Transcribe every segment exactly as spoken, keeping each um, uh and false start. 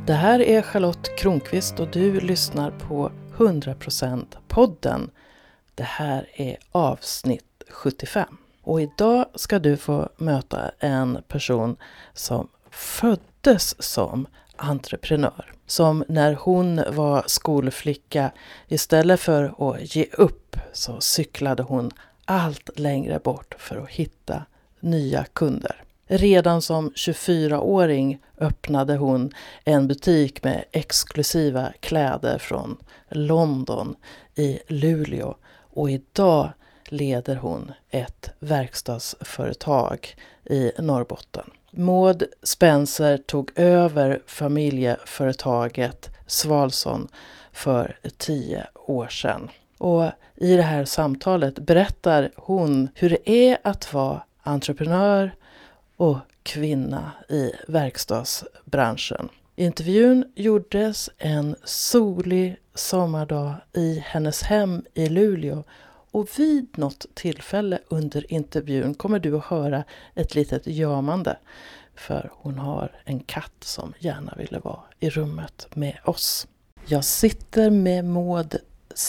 Det här är Charlotte Kronqvist och du lyssnar på hundra procent podden. Det här är avsnitt sjuttiofem. Och idag ska du få möta en person som föddes som entreprenör. Som när hon var skolflicka, istället för att ge upp så cyklade hon allt längre bort för att hitta nya kunder. Redan som tjugofyraåring öppnade hon en butik med exklusiva kläder från London i Luleå. Och idag leder hon ett verkstadsföretag i Norrbotten. Maud Spencer tog över familjeföretaget Svalson för tio år sedan. Och i det här samtalet berättar hon hur det är att vara entreprenör och kvinna i verkstadsbranschen. Intervjun gjordes en solig sommardag i hennes hem i Luleå. Och vid något tillfälle under intervjun kommer du att höra ett litet jamande. För hon har en katt som gärna ville vara i rummet med oss. Jag sitter med Maud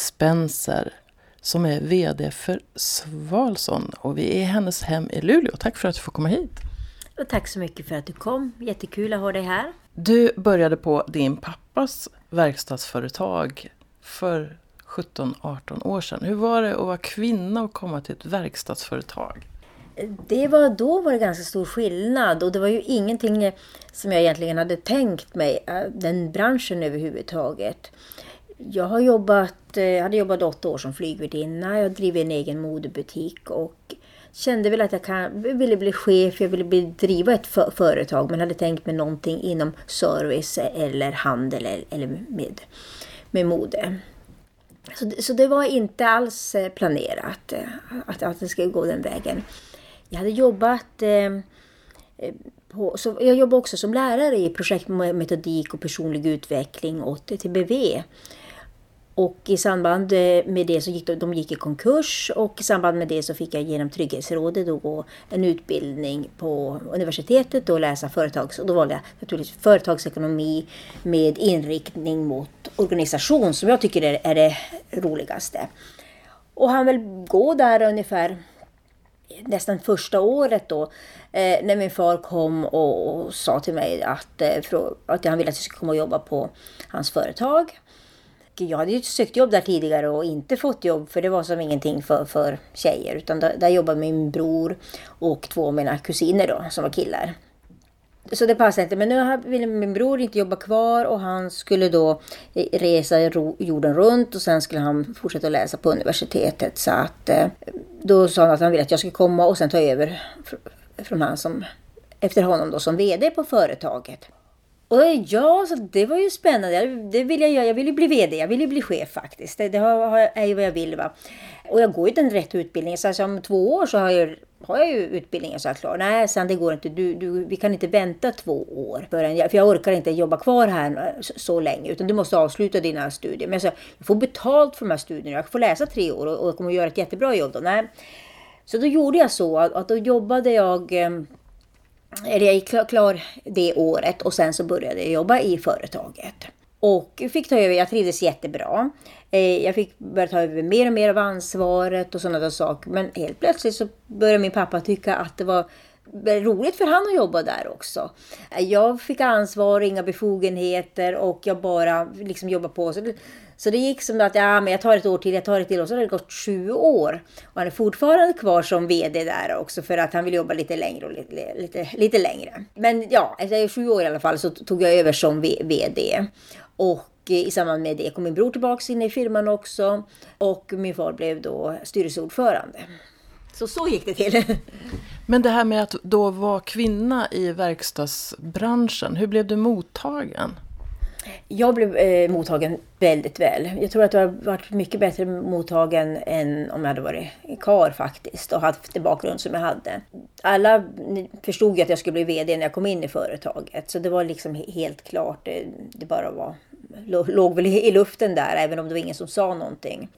Spencer som är vd för Svalson. Och vi är i hennes hem i Luleå. Tack för att du får komma hit. Och tack så mycket för att du kom. Jättekul att ha dig här. Du började på din pappas verkstadsföretag för sjutton arton år sedan. Hur var det att vara kvinna och komma till ett verkstadsföretag? Det var, då var det ganska stor skillnad och det var ju ingenting som jag egentligen hade tänkt mig, den branschen överhuvudtaget. Jag har jobbat, jag hade jobbat åtta år som flygvärdinna, jag driver en egen modebutik och kände väl att jag kan, ville bli chef, jag ville bli, driva ett för, företag men hade tänkt mig någonting inom service eller handel eller med, med mode. Så, så det var inte alls planerat att, att det skulle gå den vägen. Jag hade jobbat eh, på, så jag jobbade också som lärare i projektmetodik och personlig utveckling åt T B V. Och i samband med det så gick de, de gick i konkurs och i samband med det så fick jag genom Trygghetsrådet då gå en utbildning på universitetet och läsa företags, och då valde jag naturligtvis företagsekonomi med inriktning mot organisation som jag tycker är, är det roligaste. Och han väl gå där ungefär nästan första året då eh, när min far kom och, och sa till mig att, eh, för, att han ville att jag skulle komma och jobba på hans företag. Jag hade ju sökt jobb där tidigare och inte fått jobb för det var som ingenting för, för tjejer. Utan där, där jobbade min bror och två av mina kusiner då som var killar. Så det passade inte. Men nu ville min bror inte jobba kvar och han skulle då resa jorden runt. Och sen skulle han fortsätta att läsa på universitetet. Så att då sa han att han ville att jag skulle komma och sen ta över från han som, efter honom då som vd på företaget. Och ja, så det var ju spännande. Det vill jag göra. Jag vill ju bli vd. Jag vill ju bli chef faktiskt. Det, det har, är ju vad jag vill va. Och jag går ju den rätta utbildningen. Så alltså, om två år så har jag, har jag ju utbildningen så här klar. Nej, sen det går inte. Du, du, vi kan inte vänta två år. För, en, för jag orkar inte jobba kvar här så, så länge. Utan du måste avsluta dina studier. Men jag, sa, jag får betalt för de här studierna. Jag får läsa tre år och, och jag kommer att göra ett jättebra jobb då. Nej. Så då gjorde jag så. Att, att då jobbade jag... Eller jag gick klar, klar det året och sen så började jag jobba i företaget. Och fick ta över, jag trivdes jättebra. Jag fick börja ta över mer och mer av ansvaret och sådana där saker. Men helt plötsligt så började min pappa tycka att det var roligt för han att jobba där också. Jag fick ansvar, inga befogenheter och jag bara liksom jobbade på. Så det, så det gick som att ja, men jag tar ett år till, jag tar ett till och så har det gått sju år. Och han är fortfarande kvar som vd där också för att han vill jobba lite längre och lite, lite, lite längre. Men ja, efter sju år i alla fall så tog jag över som vd. Och i samband med det kom min bror tillbaka in i firman också. Och min far blev då styrelseordförande. Så så gick det till. Men det här med att då vara kvinna i verkstadsbranschen, hur blev du mottagen? Jag blev eh, mottagen väldigt väl. Jag tror att jag har varit mycket bättre mottagen än om jag hade varit karl faktiskt och haft det bakgrund som jag hade. Alla förstod ju att jag skulle bli vd när jag kom in i företaget. Så det var liksom helt klart, det, det bara var, låg väl i luften där även om det var ingen som sa någonting.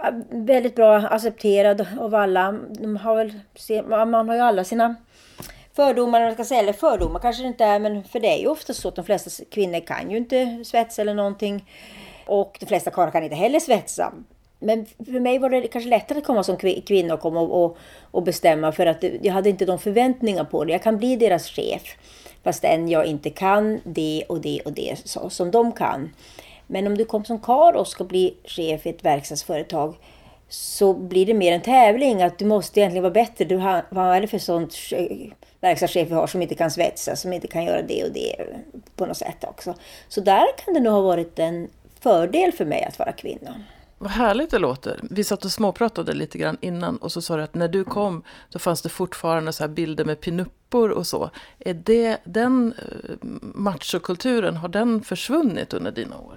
Väldigt bra accepterad av alla. De har väl, man har ju alla sina fördomar, man ska säga, eller fördomar kanske det inte är, men för det är ju ofta så att de flesta kvinnor kan ju inte svetsa eller någonting. Och de flesta karlar kan inte heller svetsa. Men för mig var det kanske lättare att komma som kvinna och komma och, och, och bestämma, för att jag hade inte de förväntningar på det. Jag kan bli deras chef, fast än jag inte kan det och det och det så, som de kan. Men om du kommer som karl och ska bli chef i ett verkstadsföretag, så blir det mer en tävling, att du måste egentligen vara bättre. Du har, vad är det för sånt verkstadschef vi har som inte kan svetsa, som inte kan göra det och det på något sätt också. Så där kan det nog ha varit en fördel för mig att vara kvinna. Vad härligt det låter. Vi satt och småpratade lite grann innan, och så sa du att när du kom då fanns det fortfarande så här bilder med pinuppor och så. Är det den machokulturen, har den försvunnit under dina år?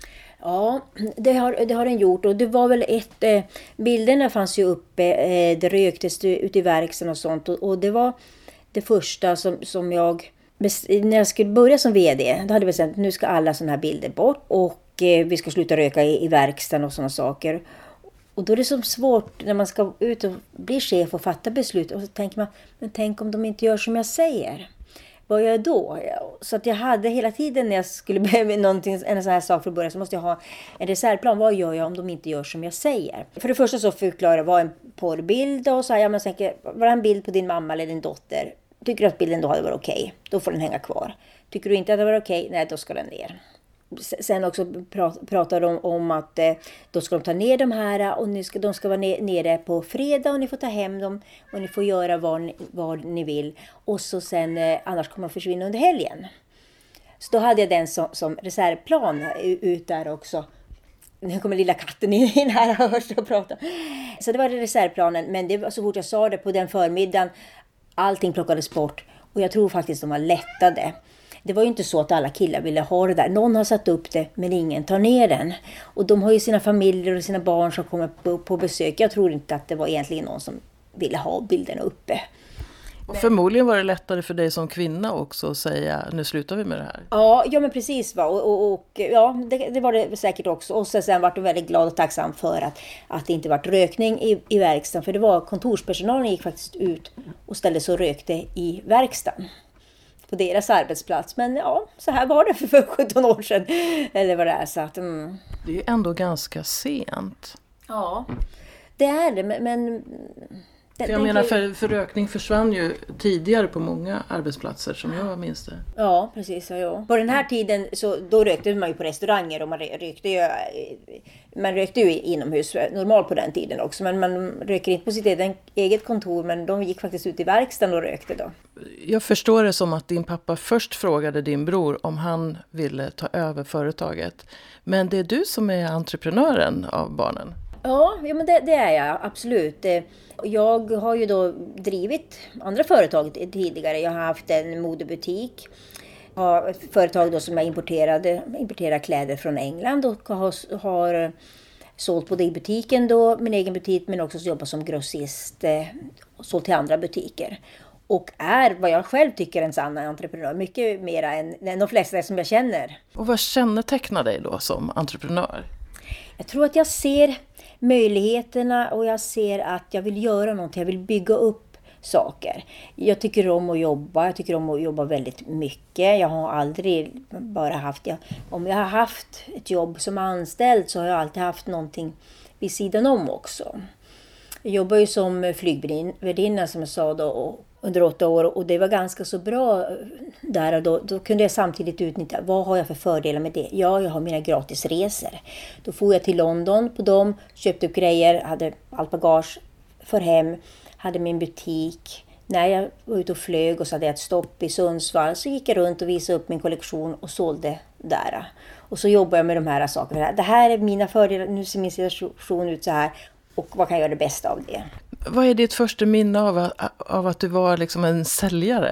Ja, det har, det har den gjort, och det var väl ett, eh, bilderna fanns ju uppe, eh, det röktes ute i verkstaden och sånt, och, och det var det första som, som jag, när jag skulle börja som vd, då hade vi sagt att nu ska alla sådana här bilder bort, och eh, vi ska sluta röka i, i verkstaden och sådana saker. Och då är det så svårt när man ska ut och bli chef och fatta beslut, och så tänker man, men tänk om de inte gör som jag säger. Vad gör jag då? Så att jag hade hela tiden när jag skulle behöva någonting, en sån här sak för att börja, så måste jag ha en reservplan. Vad gör jag om de inte gör som jag säger? För det första så förklarar jag vad en porrbild, och så här, ja, men tänker, var det en bild på din mamma eller din dotter? Tycker du att bilden då hade varit okej? Okay? Då får den hänga kvar. Tycker du inte att det var okej? Okay? Nej, då ska den ner. Sen också pratar de om att eh, då ska de ta ner de här, och ni ska, de ska vara nere på fredag, och ni får ta hem dem och ni får göra vad ni, vad ni vill, och så sen eh, annars kommer de försvinna under helgen. Så då hade jag den som, som reservplan ut där också. Nu kommer lilla katten in här och hörs och pratar. Så det var reservplanen, men det var så fort jag sa det på den förmiddagen, allting plockades bort, och jag tror faktiskt de var lättade. Det var ju inte så att alla killar ville ha det där. Någon har satt upp det, men ingen tar ner den. Och de har ju sina familjer och sina barn som kommer på, på besök. Jag tror inte att det var egentligen någon som ville ha bilderna uppe. Och förmodligen var det lättare för dig som kvinna också att säga, nu slutar vi med det här. Ja, ja men precis. Va? Och, och, och ja, det, det var det säkert också. Och sen, sen var jag väldigt glad och tacksam för att, att det inte var rökning i, i verkstaden. För det var kontorspersonalen gick faktiskt ut och ställde sig och rökte i verkstaden. På deras arbetsplats. Men ja, så här var det för sjutton år sedan. Eller vad det är. Så att, mm. Det är ju ändå ganska sent. Ja, det är det. Men, men för jag menar, för, för rökning försvann ju tidigare på många arbetsplatser som jag minns det. Ja, precis. Ja. På den här tiden så då rökte man ju på restauranger, och man rökte ju, man rökte ju inomhus normalt på den tiden också. Men man röker inte på sitt eget, eget kontor, men de gick faktiskt ut i verkstaden och rökte då. Jag förstår det som att din pappa först frågade din bror om han ville ta över företaget. Men det är du som är entreprenören av barnen. Ja, ja men det, det är jag, absolut. Jag har ju då drivit andra företag tidigare. Jag har haft en modebutik. Jag har ett företag då som jag importerade, importerar kläder från England, och har, har sålt både i butiken då, min egen butik, men också jobbat som grossist och sålt till andra butiker. Och är vad jag själv tycker en sann entreprenör, mycket mer än, än de flesta som jag känner. Och vad kännetecknar dig då som entreprenör? Jag tror att jag ser möjligheterna, och jag ser att jag vill göra någonting, jag vill bygga upp saker. Jag tycker om att jobba, jag tycker om att jobba väldigt mycket. Jag har aldrig bara haft, jag, om jag har haft ett jobb som anställd så har jag alltid haft någonting vid sidan om också. Jag jobbar ju som flygvärdinna som jag sa då, och under åtta år, och det var ganska så bra där, och då, då kunde jag samtidigt utnyttja, vad har jag för fördelar med det? Ja, jag har mina gratisresor. Då får jag till London på dem, köpte upp grejer, hade allt bagage för hem, hade min butik. När jag var ute och flög och så hade jag ett stopp i Sundsvall, så gick jag runt och visade upp min kollektion och sålde där. Och så jobbar jag med de här sakerna. Det här är mina fördelar, nu ser min situation ut så här, och vad kan jag göra det bästa av det? Vad är ditt första minne av, av att du var liksom en säljare?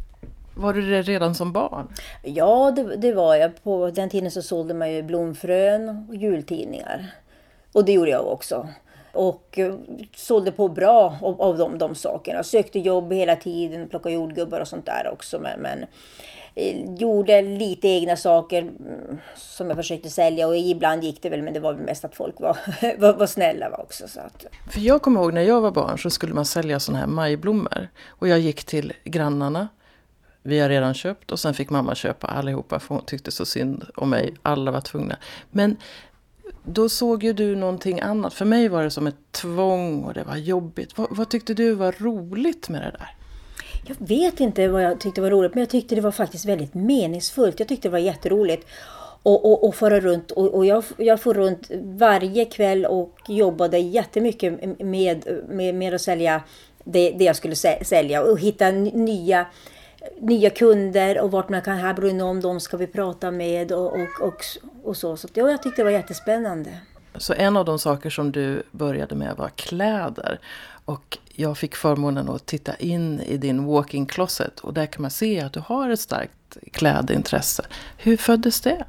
Var du det redan som barn? Ja, det, det var jag. På den tiden så sålde man ju blomfrön och jultidningar. Och det gjorde jag också. Och sålde på bra av, av de, de sakerna. Jag sökte jobb hela tiden, plockade jordgubbar och sånt där också. Men, men gjorde lite egna saker som jag försökte sälja. Och ibland gick det väl, men det var väl mest att folk var, var, var snälla var också. Så att... För jag kommer ihåg när jag var barn så skulle man sälja såna här majblommor. Och jag gick till grannarna. Vi har redan köpt och sen fick mamma köpa allihopa för hon tyckte så synd om mig. Alla var tvungna. Men då såg ju du någonting annat. För mig var det som ett tvång och det var jobbigt. Vad, vad tyckte du var roligt med det där? Jag vet inte vad jag tyckte var roligt, men jag tyckte det var faktiskt väldigt meningsfullt. Jag tyckte det var jätteroligt att och, och fara runt. Och, och jag, jag får runt varje kväll och jobbade jättemycket med, med, med att sälja det, det jag skulle sälja. Och hitta nya, nya kunder och vart man kan ha brunna om dem ska vi prata med och, och, och, och så. Så ja, jag tyckte det var jättespännande. Så en av de saker som du började med var kläder. Och jag fick förmånen att titta in i din walk-in closet. Och där kan man se att du har ett starkt klädintresse. Hur föddes det?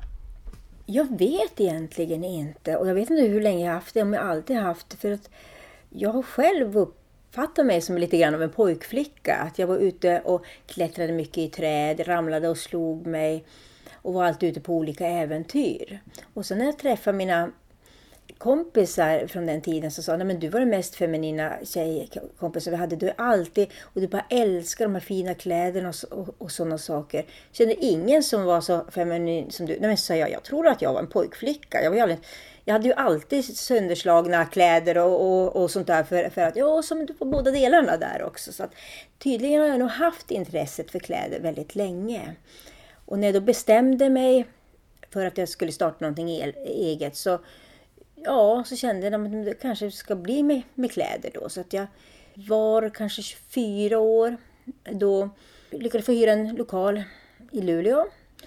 Jag vet egentligen inte. Och jag vet inte hur länge jag har haft det. Om jag alltid har haft det. För att jag har själv uppfattat mig som lite grann av en pojkflicka. Att jag var ute och klättrade mycket i träd. Ramlade och slog mig. Och var alltid ute på olika äventyr. Och sen när jag träffade mina kompisar från den tiden så sa nej men du var den mest feminina tjejkompisar vi hade. Du är alltid, och du bara älskar de här fina kläderna och, och, och sådana saker. Kände ingen som var så feminin som du. Nej men sa jag, jag tror att jag var en pojkflicka. Jag, var aldrig, jag hade ju alltid sönderslagna kläder och, och, och sånt där för, för att, ja som du på båda delarna där också. Så att, tydligen har jag nog haft intresset för kläder väldigt länge. Och när jag då bestämde mig för att jag skulle starta någonting eget så ja, så kände jag att det kanske ska bli med, med kläder då. Så att jag var kanske tjugofyra år. Då lyckades få hyra en lokal i Luleå.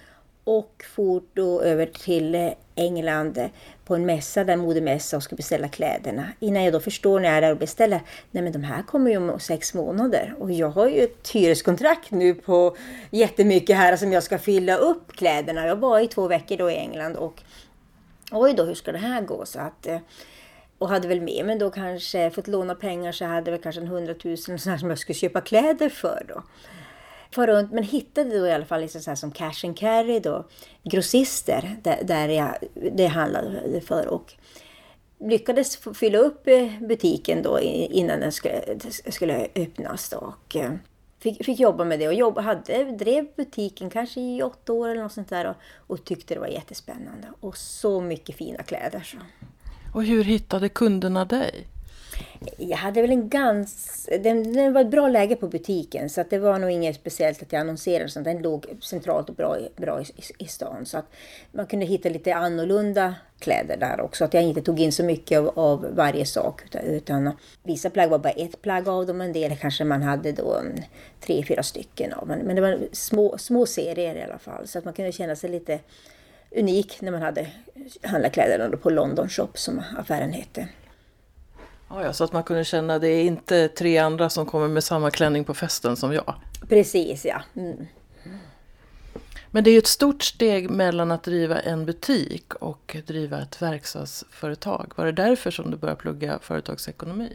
Och for då över till England på en mässa, där modemässa, och skulle beställa kläderna. Innan jag då förstår när jag är där och beställer, nej men de här kommer ju om sex månader. Och jag har ju ett hyreskontrakt nu på jättemycket här som jag ska fylla upp kläderna. Jag var i två veckor då i England och oj då, hur ska det här gå? Så att, och hade väl med men då kanske fått låna pengar så hade väl kanske en hundratusen som jag skulle köpa kläder för då. För runt, men hittade då i alla fall liksom så här som cash and carry då, grossister där, där jag, det handlade för och lyckades fylla upp butiken då innan den skulle, skulle öppnas då och Fick, fick jobba med det och jobba, hade, drev butiken kanske i åtta år eller något sånt där och, och tyckte det var jättespännande. Och så mycket fina kläder. Så. Och hur hittade kunderna dig? Jag hade väl en ganska... Den, den var ett bra läge på butiken så att det var nog inget speciellt att jag annonserade. Så den låg centralt och bra, bra i, i, i stan. Så att man kunde hitta lite annorlunda kläder där också. Att jag inte tog in så mycket av, av varje sak. Utan, utan vissa plagg var bara ett plagg av dem. En del kanske man hade då tre, fyra stycken av. Men, men det var små, små serier i alla fall. Så att man kunde känna sig lite unik när man hade handlat kläder på London Shop som affären hette. Ja, så att man kunde känna att det är inte tre andra som kommer med samma klänning på festen som jag. Precis, ja. Mm. Men det är ju ett stort steg mellan att driva en butik och driva ett verkstadsföretag. Var det därför som du började plugga företagsekonomi?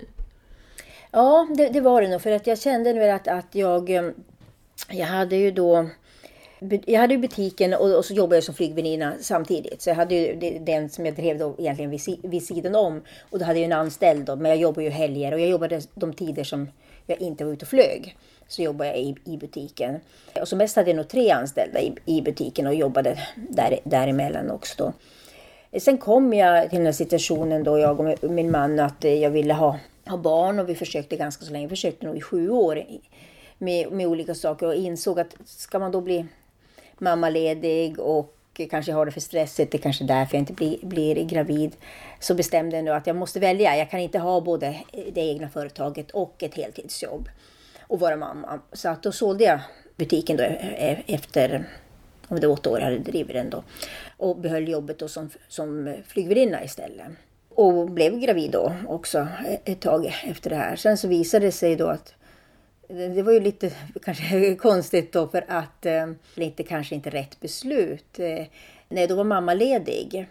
Ja, det, det var det nog. För att jag kände nu att, att jag, jag hade ju då... Jag hade ju butiken och, och så jobbade jag som flygvärdinna samtidigt. Så jag hade ju den som jag drev då egentligen vid, vid sidan om. Och då hade jag en anställd då, men jag jobbade ju helger. Och jag jobbade de tider som jag inte var ute och flög. Så jobbade jag i, i butiken. Och så mest hade jag nog tre anställda i, i butiken och jobbade där, däremellan också då. Sen kom jag till den här situationen då jag och min man att jag ville ha, ha barn. Och vi försökte ganska så länge. Vi försökte nog i sju år med, med olika saker. Och insåg att ska man då bli mammaledig och kanske har det för stressigt, det är kanske därför jag inte blir, blir gravid, så bestämde jag nu att jag måste välja. Jag kan inte ha både det egna företaget och ett heltidsjobb och vara mamma. Så att då sålde jag butiken då efter, om det var åtta år jag hade drivit den då, och behöll jobbet då som, som flygvärdinna istället. Och blev gravid då också ett tag efter det här. Sen så visade det sig då att det var ju lite kanske konstigt då för att eh, inte kanske inte rätt beslut. Eh, när jag då var mammaledig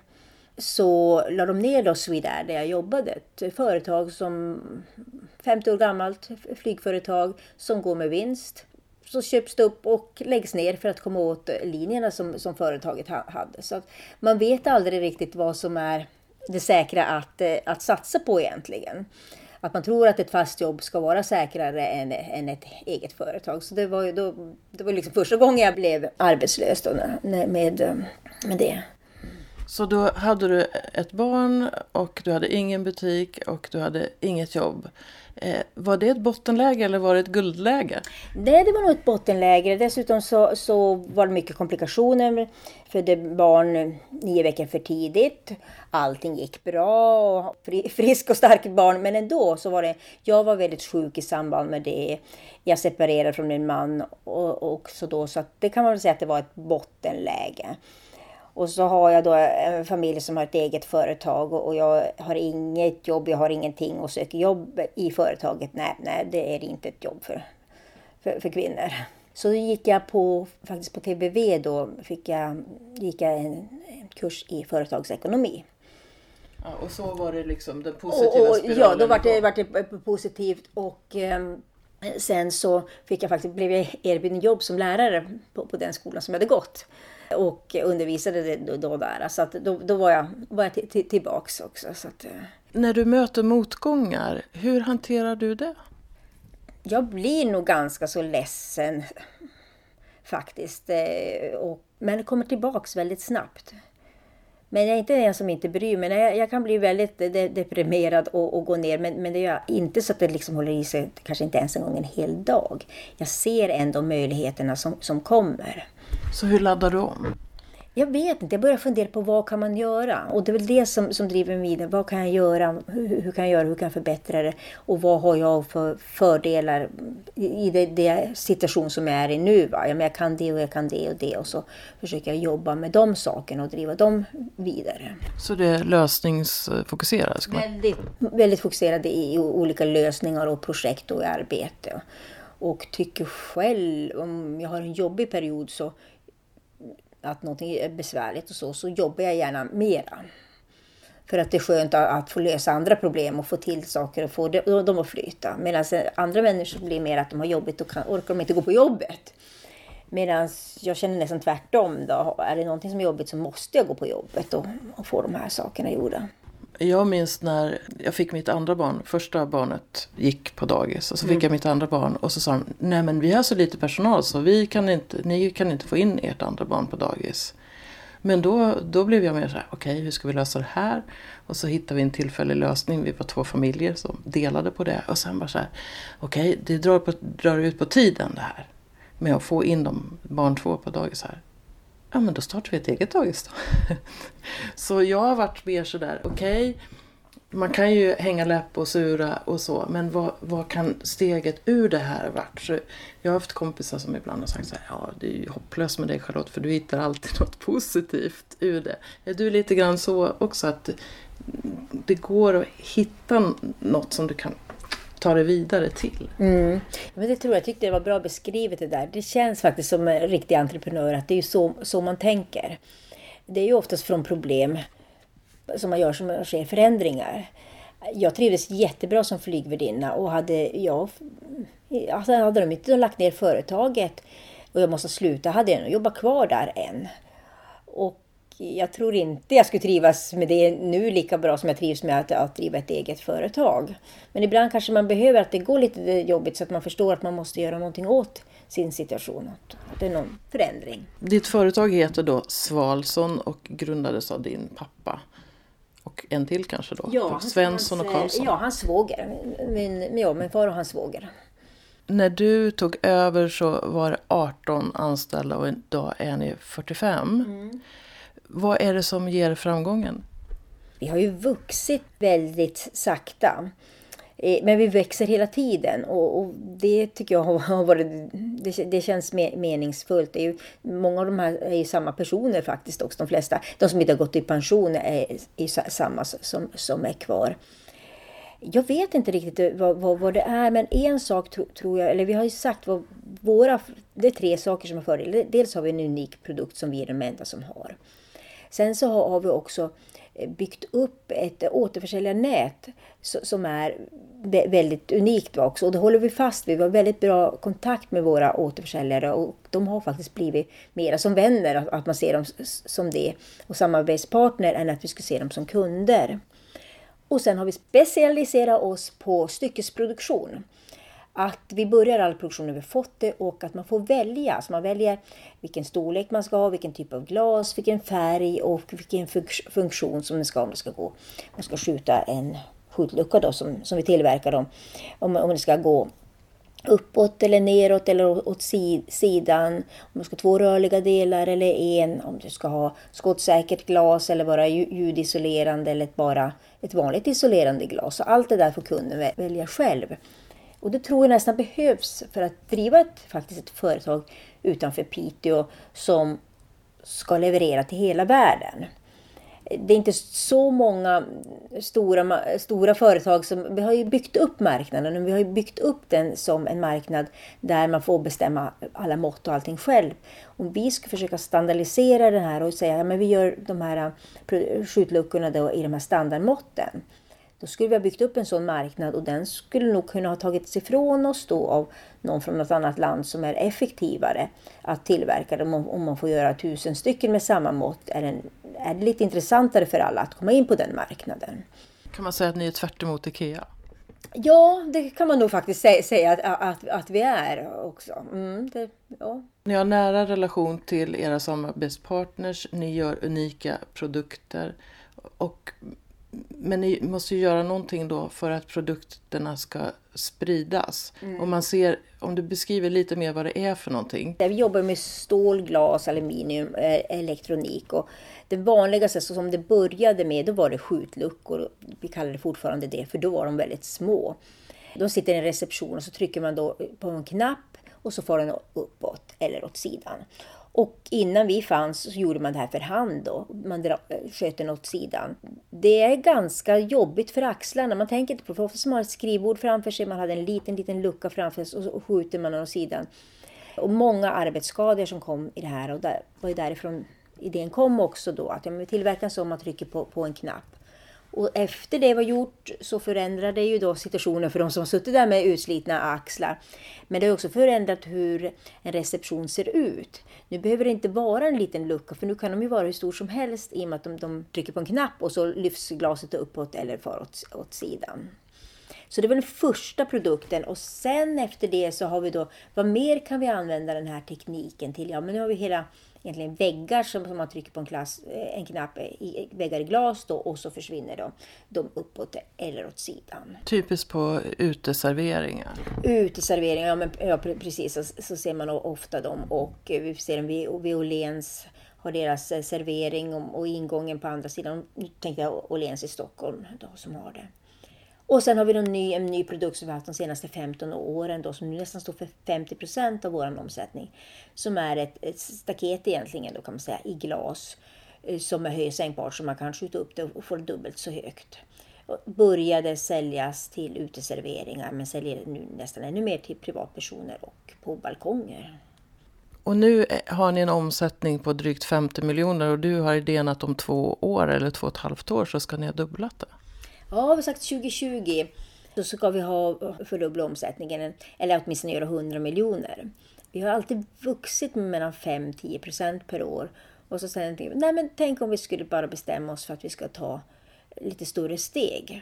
så la de ner då Swedair där jag jobbade. Ett företag som femtio år gammalt flygföretag som går med vinst. så köps det upp och läggs ner för att komma åt linjerna som, som företaget ha, hade. Så att man vet aldrig riktigt vad som är det säkra att, att satsa på egentligen. Att man tror att ett fast jobb ska vara säkrare än, än ett eget företag. Så det var ju då, det var liksom första gången jag blev arbetslös då med, med det. Så då hade du ett barn och du hade ingen butik och du hade inget jobb. Eh, var det ett bottenläge eller var det ett guldläge? Nej, det var nog ett bottenläge. Dessutom så, så var det mycket komplikationer. Födde barn nio veckor för tidigt. Allting gick bra. Och fri, frisk och stark barn. Men ändå så var det... Jag var väldigt sjuk i samband med det. Jag separerade från min man. Och, och så då, så att det kan man väl säga att det var ett bottenläge. Och så har jag då en familj som har ett eget företag och jag har inget jobb, jag har ingenting och söker jobb i företaget. Nej, nej, det är inte ett jobb för, för, för kvinnor. Så då gick jag på, faktiskt på T B V då, fick jag, gick jag en, en kurs i företagsekonomi. Ja, och så var det liksom den positiva och, och, spiralen. Ja, då var det, var det positivt och eh, sen så fick jag faktiskt, blev jag erbjuden jobb som lärare på, på den skolan som jag hade gått. Och undervisade det då, då där. Så att då, då var jag, var jag t- t- tillbaks också. Så att, när du möter motgångar, hur hanterar du det? Jag blir nog ganska så ledsen faktiskt. Och, men det kommer tillbaks väldigt snabbt. Men jag är inte en som inte bryr mig. Jag, jag kan bli väldigt de- deprimerad och, och gå ner. Men, men det är inte så att det liksom håller i sig kanske inte ens en gång en hel dag. Jag ser ändå möjligheterna som, som kommer. Så hur laddar du om? Jag vet inte, jag börjar fundera på vad kan man göra. Och det är väl det som, som driver mig vidare. Vad kan jag göra? Hur, hur kan jag göra? Hur kan jag förbättra det? Och vad har jag för fördelar i det, det situation som jag är i nu? Va? Ja, men jag kan det och jag kan det och det. Och så försöker jag jobba med de sakerna och driva dem vidare. Så det är lösningsfokuserat? Väldigt, väldigt fokuserade i olika lösningar och projekt och arbete. Och tycker själv, om jag har en jobbig period så att någonting är besvärligt och så, så jobbar jag gärna mera. För att det är skönt att få lösa andra problem och få till saker och få dem att flyta. Medan andra människor blir mer att de har jobbigt och kan, orkar de inte gå på jobbet. Medan jag känner nästan tvärtom då. Är det någonting som är jobbigt så måste jag gå på jobbet och, och få de här sakerna gjorda. Jag minns när jag fick mitt andra barn, första barnet gick på dagis och så fick mm. jag mitt andra barn och så sa de, nej men vi har så lite personal så vi kan inte, ni kan inte få in ert andra barn på dagis. Men då, då blev jag mer så här, okej okay, hur ska vi lösa det här? Och så hittade vi en tillfällig lösning, vi var två familjer som delade på det och sen bara så här, okej okay, det drar, på, drar ut på tiden det här med att få in de barn två på dagis här. Ja men då startar vi ett eget dagis då. Så jag har varit mer sådär, okej, okay, man kan ju hänga läpp och sura och så, men vad, vad kan steget ur det här varit? Så jag har haft kompisar som ibland har sagt så här, ja det är ju hopplöst med dig Charlotte för du hittar alltid något positivt ur det. Är du lite grann så också att det går att hitta något som du kan ta det vidare till? Mm. Men det tror jag, jag tyckte det var bra beskrivet det där. Det känns faktiskt som en riktig entreprenör att det är ju så, så man tänker. Det är ju oftast från problem som man gör som man sker förändringar. Jag trivdes jättebra som flygvärdinna och hade jag alltså hade de inte lagt ner företaget och jag måste sluta hade jag nog jobbat kvar där än. Och jag tror inte jag skulle trivas med det nu lika bra som jag trivs med att, att driva ett eget företag. Men ibland kanske man behöver att det går lite jobbigt så att man förstår att man måste göra någonting åt sin situation. Att det är någon förändring. Ditt företag heter då Svalson och grundades av din pappa. Och en till kanske då? Ja, Svensson och Karlsson. Ja, hans svåger. Min, ja, min far och hans svåger. När du tog över så var det arton anställda och idag är ni fyrtiofem. Mm. Vad är det som ger framgången? Vi har ju vuxit väldigt sakta. Men vi växer hela tiden och, och det tycker jag har varit, det, det känns meningsfullt. Det är ju, många av de här är ju samma personer faktiskt också, de flesta. De som inte har gått i pension är, är samma som, som är kvar. Jag vet inte riktigt vad, vad, vad det är, men en sak tro, tror jag, eller vi har ju sagt vad våra, det är tre saker som är fördel. Dels har vi en unik produkt som vi är de enda som har. Sen så har, har vi också byggt upp ett återförsäljarnät som är väldigt unikt också. Och det håller vi fast vid. Vi har väldigt bra kontakt med våra återförsäljare och de har faktiskt blivit mera som vänner, att man ser dem som det och samarbetspartner än att vi skulle se dem som kunder. Och sen har vi specialiserat oss på styckesproduktion. Att vi börjar all produktion när vi fått det och att man får välja. Så man väljer vilken storlek man ska ha, vilken typ av glas, vilken färg och vilken funktion som det ska om det ska gå. Man ska skjuta en skjutlucka då som, som vi tillverkar dem. Om, om det ska gå uppåt eller neråt eller åt sidan. Om det ska ha två rörliga delar eller en. Om du ska ha skottsäkert glas eller bara ljudisolerande eller bara ett vanligt isolerande glas. Så allt det där får kunden välja själv. Och det tror jag nästan behövs för att driva ett, faktiskt ett företag utanför Piteå som ska leverera till hela världen. Det är inte så många stora, stora företag som... Vi har ju byggt upp marknaden och vi har ju byggt upp den som en marknad där man får bestämma alla mått och allting själv. Om vi ska försöka standardisera det här och säga att ja, vi gör de här skjutluckorna då i de här standardmåtten. Då skulle vi ha byggt upp en sån marknad och den skulle nog kunna ha tagits ifrån oss då av någon från något annat land som är effektivare att tillverka dem. Om man får göra tusen stycken med samma mått är, den, är det lite intressantare för alla att komma in på den marknaden. Kan man säga att ni är tvärt emot IKEA? Ja, det kan man nog faktiskt säga, säga att, att, att vi är också. Mm, det, ja. Ni har nära relation till era samarbetspartners, ni gör unika produkter och... Men ni måste ju göra någonting då för att produkterna ska spridas. Mm. Om man ser, om du beskriver lite mer vad det är för någonting. Vi jobbar med stål, glas, aluminium, elektronik. Och det vanligaste som det började med, då var det skjutluckor. Vi kallar det fortfarande det, för då var de väldigt små. De sitter i en reception och så trycker man då på en knapp och så får den uppåt eller åt sidan. Och innan vi fanns så gjorde man det här för hand då. Man sköt den åt sidan. Det är ganska jobbigt för axlarna. Man tänker inte på det. För ofta som man har ett skrivbord framför sig. Man hade en liten, liten lucka framför sig. Och så skjuter man den åt sidan. Och många arbetsskador som kom i det här. Och där var ju därifrån idén kom också då. Att ja, tillverkaren så man trycker på, på en knapp. Och efter det var gjort så förändrade ju då situationen för de som har suttit där med utslitna axlar. Men det har också förändrat hur en reception ser ut. Nu behöver det inte vara en liten lucka för nu kan de ju vara hur stor som helst i och med att de, de trycker på en knapp och så lyfts glaset uppåt eller för åt, åt sidan. Så det var den första produkten och sen efter det så har vi då, vad mer kan vi använda den här tekniken till? Ja, men nu har vi hela egentligen väggar som, som man trycker på en, klass, en knapp i väggar i glas då och så försvinner de, de uppåt eller åt sidan. Typiskt på uteserveringar. Uteserveringar, ja, men, ja precis så, så ser man ofta dem och vi ser en vid Åhléns har deras servering och, och ingången på andra sidan. Nu tänkte jag Åhléns i Stockholm då, som har det. Och sen har vi en ny, en ny produkt som vi har haft de senaste femton åren då, som nu nästan står för femtio procent av vår omsättning. Som är ett, ett staket egentligen då kan man säga i glas som är höjsänkbart så man kan skjuta upp det och få det dubbelt så högt. Och började säljas till uteserveringar men säljer nu nästan ännu mer till privatpersoner och på balkonger. Och nu har ni en omsättning på drygt femtio miljoner och du har idén att om två år eller två och ett halvt år så ska ni ha dubblat det. Ja, vi har sagt tjugo tjugo så ska vi ha fördubbla omsättningen eller åtminstone göra hundra miljoner. Vi har alltid vuxit med mellan fem till tio procent per år. Och så sen tänkte vi, nej men tänk om vi skulle bara bestämma oss för att vi ska ta lite större steg.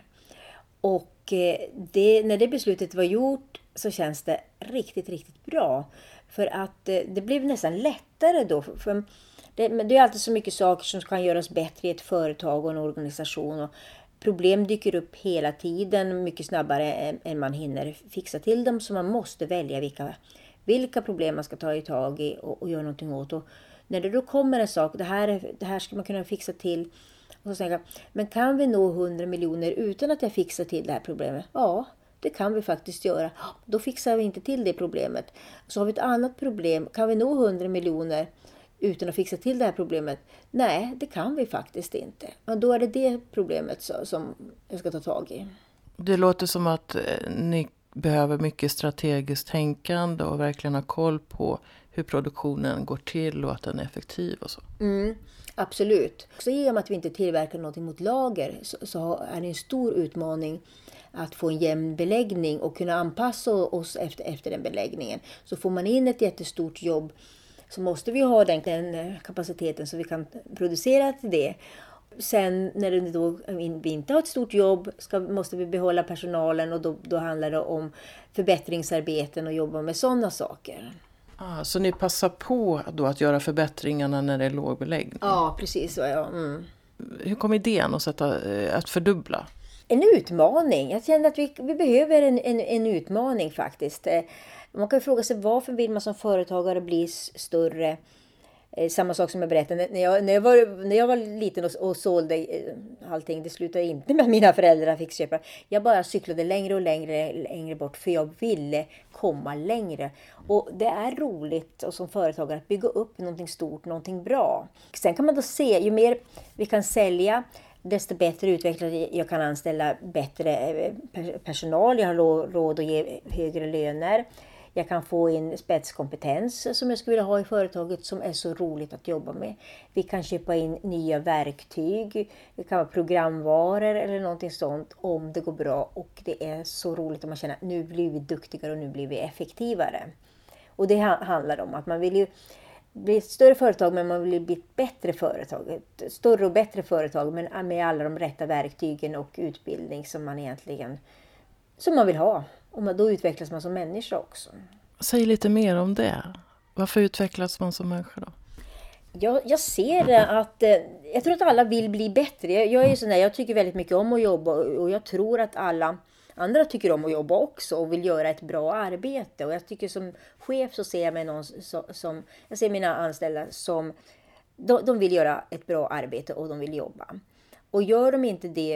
Och det, när det beslutet var gjort så känns det riktigt, riktigt bra. För att det blev nästan lättare då. För det, men det är alltid så mycket saker som kan göras bättre i ett företag och en organisation. Och problem dyker upp hela tiden mycket snabbare än man hinner fixa till dem. Så man måste välja vilka, vilka problem man ska ta i tag i och, och göra någonting åt. Och när det då kommer en sak, det här, det här ska man kunna fixa till. Och så säger jag, men kan vi nå hundra miljoner utan att jag fixar till det här problemet? Ja, det kan vi faktiskt göra. Då fixar vi inte till det problemet. Så har vi ett annat problem. Kan vi nå hundra miljoner utan att fixa till det här problemet? Nej, det kan vi faktiskt inte. Men då är det det problemet som jag ska ta tag i. Det låter som att ni behöver mycket strategiskt tänkande och verkligen ha koll på hur produktionen går till och att den är effektiv och så. Mm, absolut. Så i och med att vi inte tillverkar något mot lager så, så är det en stor utmaning att få en jämn beläggning och kunna anpassa oss efter, efter den beläggningen. Så får man in ett jättestort jobb så måste vi ha den, den kapaciteten så vi kan producera till det. Sen när det då, vi inte har ett stort jobb ska, måste vi behålla personalen och då, då handlar det om förbättringsarbeten och jobba med sådana saker. Ah, så ni passar på då att göra förbättringarna när det är låg beläggning? Ja, precis så. Ja. Mm. Hur kom idén att, sätta, att fördubbla? En utmaning. Jag känner att vi, vi behöver en, en, en utmaning faktiskt. Man kan ju fråga sig varför vill man som företagare bli större. Samma sak som jag berättade. När jag, när jag, var, när jag var liten och, och sålde allting, det slutade inte med att mina föräldrar fick köpa. Jag bara cyklade längre och längre, längre bort för jag ville komma längre. Och det är roligt och som företagare att bygga upp någonting stort, någonting bra. Sen kan man då se, ju mer vi kan sälja, desto bättre utvecklare jag kan anställa bättre personal. Jag har råd att ge högre löner. Jag kan få in spetskompetens som jag skulle vilja ha i företaget som är så roligt att jobba med. Vi kan köpa in nya verktyg, det kan vara programvaror eller någonting sånt om det går bra. Och det är så roligt om man känner att nu blir vi duktigare och nu blir vi effektivare. Och det handlar om att man vill ju bli ett större företag men man vill bli ett bättre företag. Ett större och bättre företag men med alla de rätta verktygen och utbildning som man egentligen som man vill ha. Och då utvecklas man som människa också. Säg lite mer om det. Varför utvecklas man som människa då? Jag, jag ser att, jag tror att alla vill bli bättre. Jag, jag är sån där, jag tycker väldigt mycket om att jobba och jag tror att alla andra tycker om att jobba också och vill göra ett bra arbete. Och jag tycker som chef så ser jag mig någon som, jag ser mina anställda som, de, de vill göra ett bra arbete och de vill jobba. Och gör de inte det,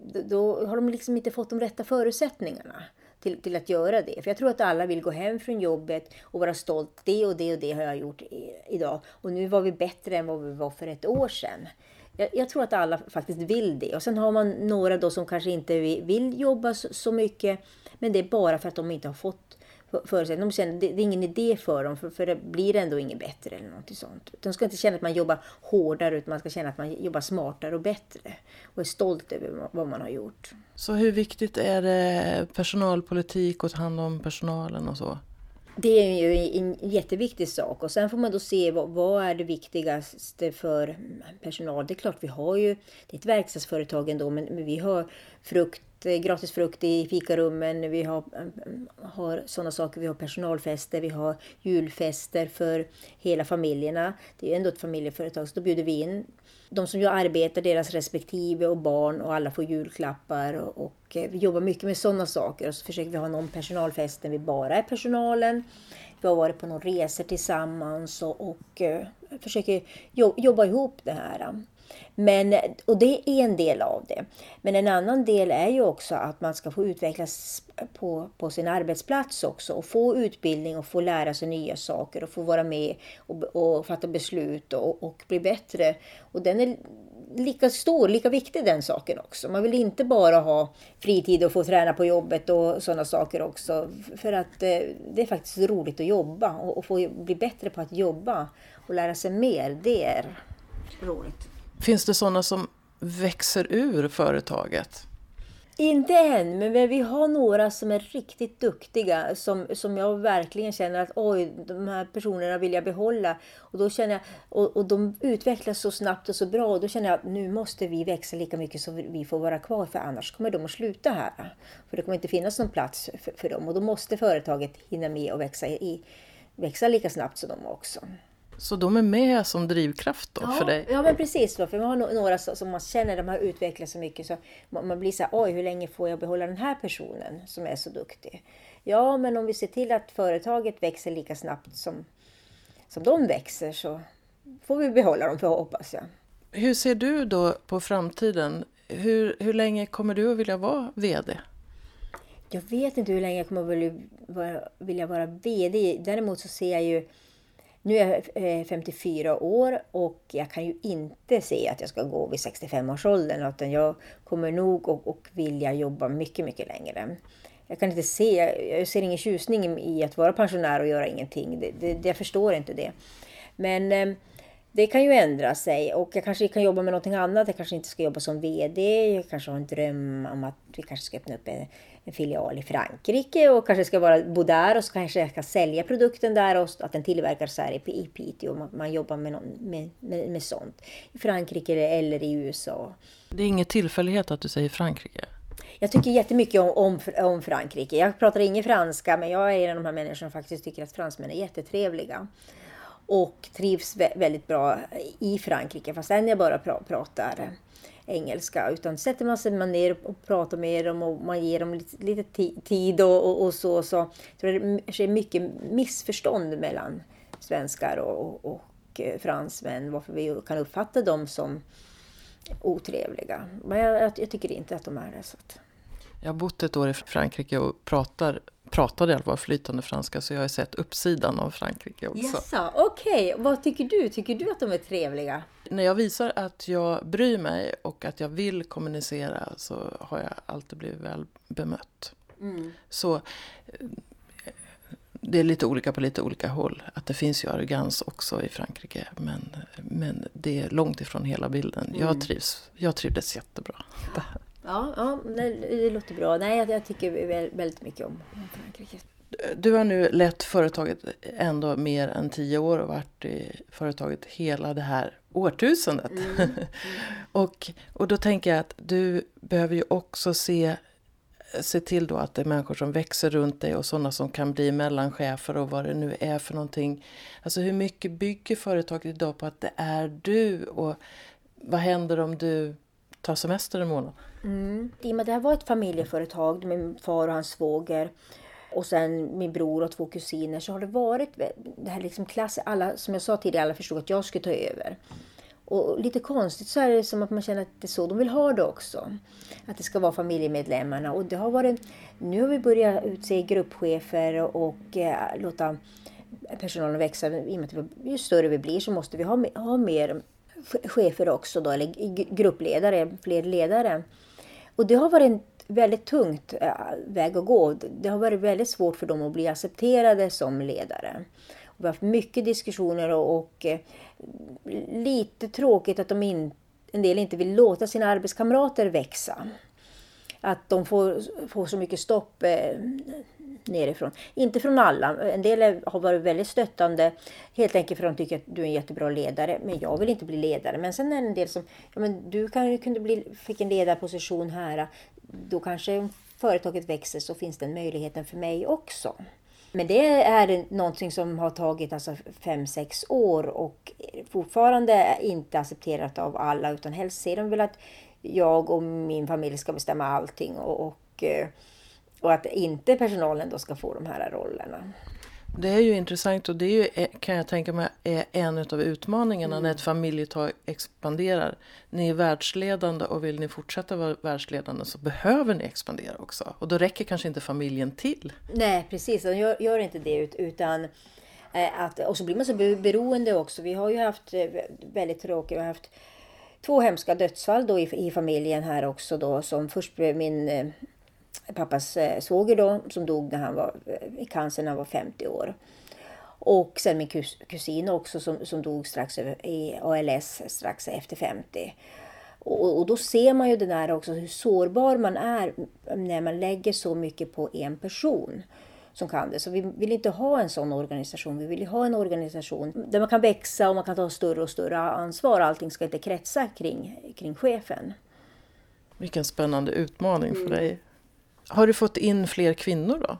då har de liksom inte fått de rätta förutsättningarna. Till, till att göra det. För jag tror att alla vill gå hem från jobbet och vara stolt. Det och det och det har jag gjort i, idag. Och nu var vi bättre än vad vi var för ett år sedan. Jag, jag tror att alla faktiskt vill det. Och sen har man några då som kanske inte vill jobba så, så mycket. Men det är bara för att de inte har fått förutsättningar. De känner det, det är ingen idé för dem. För, för det blir ändå inget bättre eller något sånt. De ska inte känna att man jobbar hårdare. Utan man ska känna att man jobbar smartare och bättre. Och är stolt över vad man har gjort. Så hur viktigt är det personalpolitik och ta hand om personalen och så? Det är ju en jätteviktig sak. Och sen får man då se vad, vad är det viktigaste för personal. Det är klart vi har ju, det är ett verkstadsföretag ändå, men, men vi har frukt, gratis frukt i fikarummen. Vi har, har sådana saker, vi har personalfester, vi har julfester för hela familjerna. Det är ändå ett familjeföretag så då bjuder vi in de som ju arbetar, deras respektive och barn och alla får julklappar och, och vi jobbar mycket med sådana saker och så försöker vi ha någon personalfest där vi bara är personalen. Vi har varit på några resor tillsammans och, och uh, försöker jo, jobba ihop det här. Men, och det är en del av det. Men en annan del är ju också att man ska få utvecklas på, på sin arbetsplats också. Och få utbildning och få lära sig nya saker. Och få vara med och, och fatta beslut och, och bli bättre. Och den är lika stor, lika viktig den saken också. Man vill inte bara ha fritid och få träna på jobbet och sådana saker också. För att eh, det är faktiskt roligt att jobba. Och, och få bli bättre på att jobba och lära sig mer. Det är roligt. Finns det sådana som växer ur företaget? Inte än, men vi har några som är riktigt duktiga. Som, som jag verkligen känner att oj, de här personerna vill jag behålla. Och, då känner jag, och, och de utvecklas så snabbt och så bra. Och då känner jag att nu måste vi växa lika mycket så vi får vara kvar. För annars kommer de att sluta här. För det kommer inte finnas någon plats för, för dem. Och då måste företaget hinna med och växa, i, växa lika snabbt som de också. Så de är med som drivkraft då ja, för dig? Ja, men precis. Då, för man har några som man känner de har utvecklat så mycket. Så man blir så här, oj, hur länge får jag behålla den här personen som är så duktig? Ja, men om vi ser till att företaget växer lika snabbt som, som de växer så får vi behålla dem, för hoppas jag. Hur ser du då på framtiden? Hur, hur länge kommer du att vilja vara vd? Jag vet inte hur länge jag kommer att vilja vara, vilja vara vd. Däremot så ser jag ju Nu är jag femtiofyra år och jag kan ju inte se att jag ska gå vid sextiofem års åldern, utan jag kommer nog och, och vilja jobba mycket, mycket längre. Jag kan inte se, jag ser ingen tjusning i att vara pensionär och göra ingenting. Det, det, jag förstår inte det. Men eh, det kan ju ändra sig och jag kanske kan jobba med någonting annat. Jag kanske inte ska jobba som vd. Jag kanske har en dröm om att vi kanske ska öppna upp en, en filial i Frankrike och kanske ska bara bo där och så kanske jag ska sälja produkten där och att den tillverkas här i, i Piteå. Man, man jobbar med, någon, med, med, med sånt i Frankrike eller i U S A. Det är ingen tillfällighet att du säger Frankrike. Jag tycker jättemycket om, om, om Frankrike. Jag pratar ingen franska, men jag är en av de här människorna som faktiskt tycker att fransmän är jättetrevliga. Och trivs väldigt bra i Frankrike, fast än jag bara pratar engelska. Utan sätter man sig ner och pratar med dem och man ger dem lite, lite tid och, och, och så. Så det är mycket missförstånd mellan svenskar och, och, och fransmän. Varför vi kan uppfatta dem som otrevliga. Men jag, jag tycker inte att de är det. Så att. Jag har bott ett år i Frankrike och pratar, pratade i alla fall flytande franska, så jag har sett uppsidan av Frankrike också. Jaså, okej. Okay. Vad tycker du? Tycker du att de är trevliga? När jag visar att jag bryr mig och att jag vill kommunicera så har jag alltid blivit väl bemött. Mm. Så det är lite olika på lite olika håll. Att det finns ju arrogans också i Frankrike, men, men det är långt ifrån hela bilden. Mm. Jag trivs, jag trivdes jättebra. Ja, ja det, det låter bra. Nej, jag, jag tycker väldigt mycket om Frankrike. Du har nu lett företaget ändå mer än tio år och varit i företaget hela det här årtusendet. Mm. Mm. och, och då tänker jag att du behöver ju också se, se till då att det är människor som växer runt dig och sådana som kan bli mellanchefer och vad det nu är för någonting. Alltså hur mycket bygger företaget idag på att det är du, och vad händer om du tar semester en månad? Mm. I och med det här var ett familjeföretag med min far och hans svåger och sen min bror och två kusiner, så har det varit det här liksom klass, alla, som jag sa tidigare, alla förstod att jag skulle ta över. Och lite konstigt så är det som att man känner att det är så de vill ha det också. Att det ska vara familjemedlemmarna. Och det har varit, nu har vi börjat utse gruppchefer och, och eh, låta personalen växa. I och med att ju större vi blir så måste vi ha, ha mer chefer också då, eller gruppledare, fler ledare. Och det har varit en väldigt tungt äh, väg att gå. Det har varit väldigt svårt för dem att bli accepterade som ledare. Och vi har haft mycket diskussioner och, och eh, lite tråkigt att de in, en del inte vill låta sina arbetskamrater växa. Att de får, får så mycket stopp eh, nerifrån. Inte från alla. En del har varit väldigt stöttande. Helt enkelt för att de tycker att du är en jättebra ledare. Men jag vill inte bli ledare. Men sen är det en del som, ja men du kan ju kunde bli, fick en ledarposition här. Då kanske om företaget växer så finns den möjligheten för mig också. Men det är någonting som har tagit alltså fem, sex år och fortfarande inte accepterat av alla. Utan helst ser de väl att jag och min familj ska bestämma allting och, och, och att inte personalen då ska få de här rollerna. Det är ju intressant, och det är ju, kan jag tänka mig, är en av utmaningarna mm. när ett familjeföretag expanderar. Ni är världsledande, och vill ni fortsätta vara världsledande så behöver ni expandera också. Och då räcker kanske inte familjen till. Nej, precis. De gör, gör inte det, utan att, och så blir man så beroende också. Vi har ju haft väldigt tråkigt, vi har haft två hemska dödsfall då i, i familjen här också då, som först blev min eh, pappas eh, svåger då, som dog när han var eh, i cancer när han var femtio år. Och sen min kus, kusin också som, som dog strax över, i A L S strax efter femtio. Och, och då ser man ju det där också, hur sårbar man är när man lägger så mycket på en person som kan det. Så vi vill inte ha en sån organisation. Vi vill ha en organisation där man kan växa och man kan ta större och större ansvar. Allting ska inte kretsa kring, kring chefen. Vilken spännande utmaning mm. för dig. Har du fått in fler kvinnor då?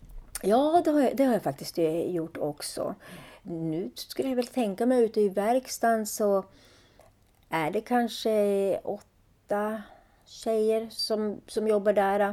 Ja, det har jag, det har jag faktiskt gjort också. Nu skulle jag väl tänka mig ute i verkstaden så är det kanske åtta tjejer som, som jobbar där.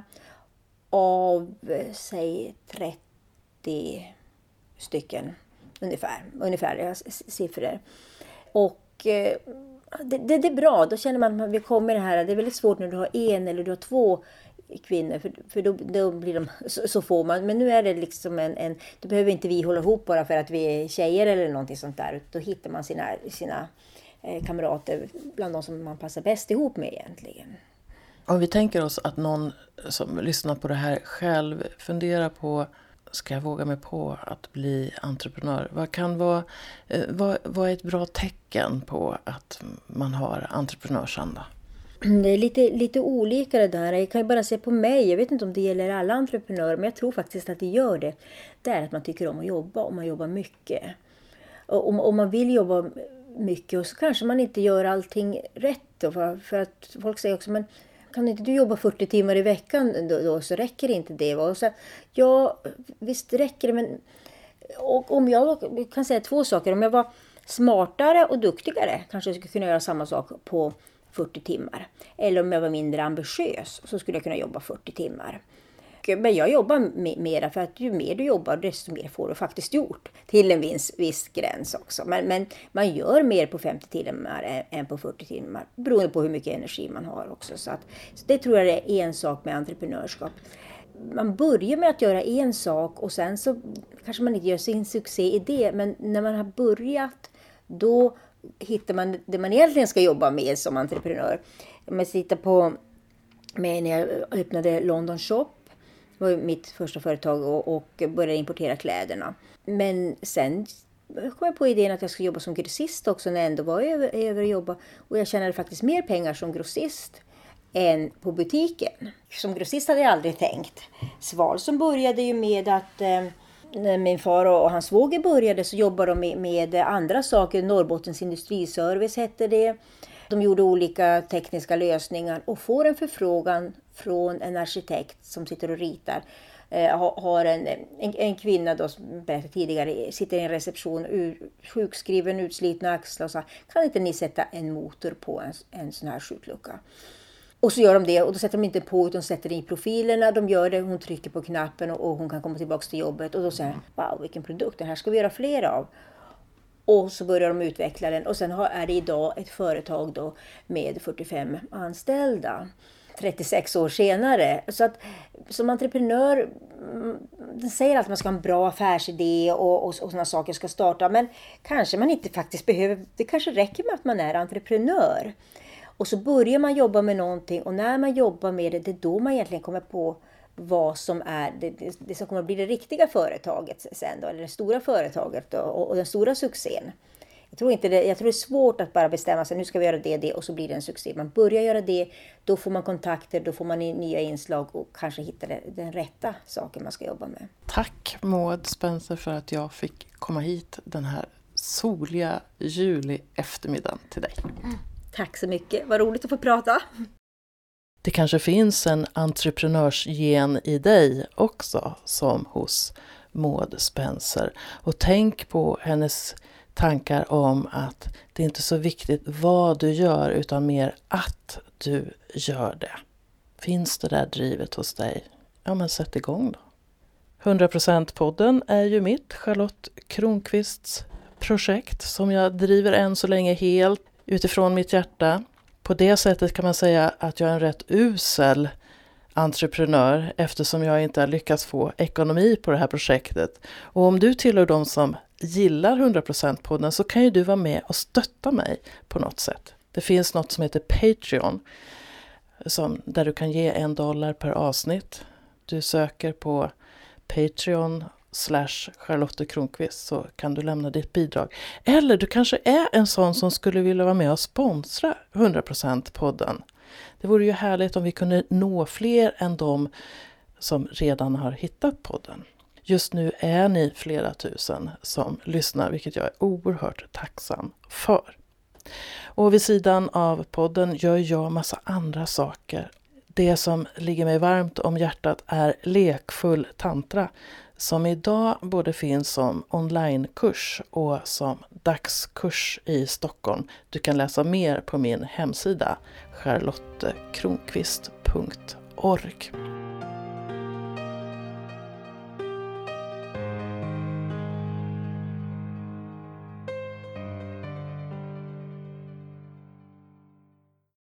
Av, säg, trettio stycken ungefär, ungefärliga siffror. Och eh, det, det, det är bra, då känner man att vi kommer det här. Det är väldigt svårt när du har en eller du har två kvinnor, för, för då, då blir de så, så får man. Men nu är det liksom en, en, då behöver inte vi hålla ihop bara för att vi är tjejer eller någonting sånt där. Då hittar man sina, sina eh, kamrater bland de som man passar bäst ihop med egentligen. Om vi tänker oss att någon som lyssnar på det här själv funderar på, ska jag våga mig på att bli entreprenör? Vad kan vara, vad, vad är ett bra tecken på att man har entreprenörsanda? Det är lite, lite olika det där. Jag kan ju bara se på mig. Jag vet inte om det gäller alla entreprenörer, men jag tror faktiskt att det gör det. Det är att man tycker om att jobba och man jobbar mycket. Och om, om man vill jobba mycket och så kanske man inte gör allting rätt då, för, för att folk säger också, men kan inte du jobba fyrtio timmar i veckan då, då så räcker inte det. Och så, ja, visst räcker det, men och om jag kan säga två saker. Om jag var smartare och duktigare kanske jag skulle kunna göra samma sak på fyrtio timmar. Eller om jag var mindre ambitiös så skulle jag kunna jobba fyrtio timmar. Men jag jobbar mera för att ju mer du jobbar desto mer får du faktiskt gjort. Till en viss, viss gräns också. Men, men man gör mer på femtio timmar än på fyrtio timmar. Beroende på hur mycket energi man har också. Så, att, så det tror jag är en sak med entreprenörskap. Man börjar med att göra en sak och sen så kanske man inte gör sin succé i det. Men när man har börjat då hittar man det man egentligen ska jobba med som entreprenör. Om jag tittar på mig när jag öppnade London Shop. Det var mitt första företag och, och började importera kläderna. Men sen kom jag på idén att jag skulle jobba som grossist också när jag ändå var över, över att jobba. Och jag tjänade faktiskt mer pengar som grossist än på butiken. Som grossist hade jag aldrig tänkt. Svalsson började ju med att eh, när min far och hans svåger började så jobbade de med, med andra saker. Norrbottens industriservice hette det. De gjorde olika tekniska lösningar och får en förfrågan från en arkitekt som sitter och ritar. Eh, har en, en, en kvinna då, som berättade tidigare, sitter i en reception, ur, sjukskriven, utslitna axlar och sa, kan inte ni sätta en motor på en, en sån här sjuklucka? Och så gör de det och då sätter de inte på utan sätter in profilerna. De gör det, hon trycker på knappen och, och hon kan komma tillbaka till jobbet. Och då säger wow, vilken produkt, den här ska vi göra fler av. Och så börjar de utveckla den och sen har, är det idag ett företag då med fyrtiofem anställda. trettiosex år senare. Så att som entreprenör, den säger att man ska ha en bra affärsidé och, och, och sådana saker ska starta. Men kanske man inte faktiskt behöver, det kanske räcker med att man är entreprenör. Och så börjar man jobba med någonting och när man jobbar med det, det är då man egentligen kommer på vad som är det, det, det som kommer att bli det riktiga företaget sen då, eller det stora företaget då, och, och den stora succén. Jag tror, inte det, jag tror det är svårt att bara bestämma sig, nu ska vi göra det, det och så blir det en succé. Man börjar göra det, då får man kontakter, då får man nya inslag och kanske hitta det, den rätta saken man ska jobba med. Tack Maud Spencer för att jag fick komma hit den här soliga juli eftermiddagen till dig. Mm. Tack så mycket, vad roligt att få prata. Det kanske finns en entreprenörsgen i dig också som hos Maud Spencer. Och tänk på hennes tankar om att det inte är så viktigt vad du gör utan mer att du gör det. Finns det där drivet hos dig? Ja, men sätt igång då. hundra procent-podden är ju mitt, Charlotte Kronqvists projekt som jag driver än så länge helt utifrån mitt hjärta. På det sättet kan man säga att jag är en rätt usel entreprenör eftersom jag inte har lyckats få ekonomi på det här projektet. Och om du tillhör de som gillar hundra procent-podden så kan ju du vara med och stötta mig på något sätt. Det finns något som heter Patreon som, där du kan ge en dollar per avsnitt. Du söker på Patreon slash Charlotte Kronqvist så kan du lämna ditt bidrag. Eller du kanske är en sån som skulle vilja vara med och sponsra hundra procent-podden. Det vore ju härligt om vi kunde nå fler än de som redan har hittat podden. Just nu är ni flera tusen som lyssnar, vilket jag är oerhört tacksam för. Och vid sidan av podden gör jag massa andra saker. Det som ligger mig varmt om hjärtat är lekfull tantra, som idag både finns som onlinekurs och som dagskurs i Stockholm. Du kan läsa mer på min hemsida charlottekronqvist punkt org.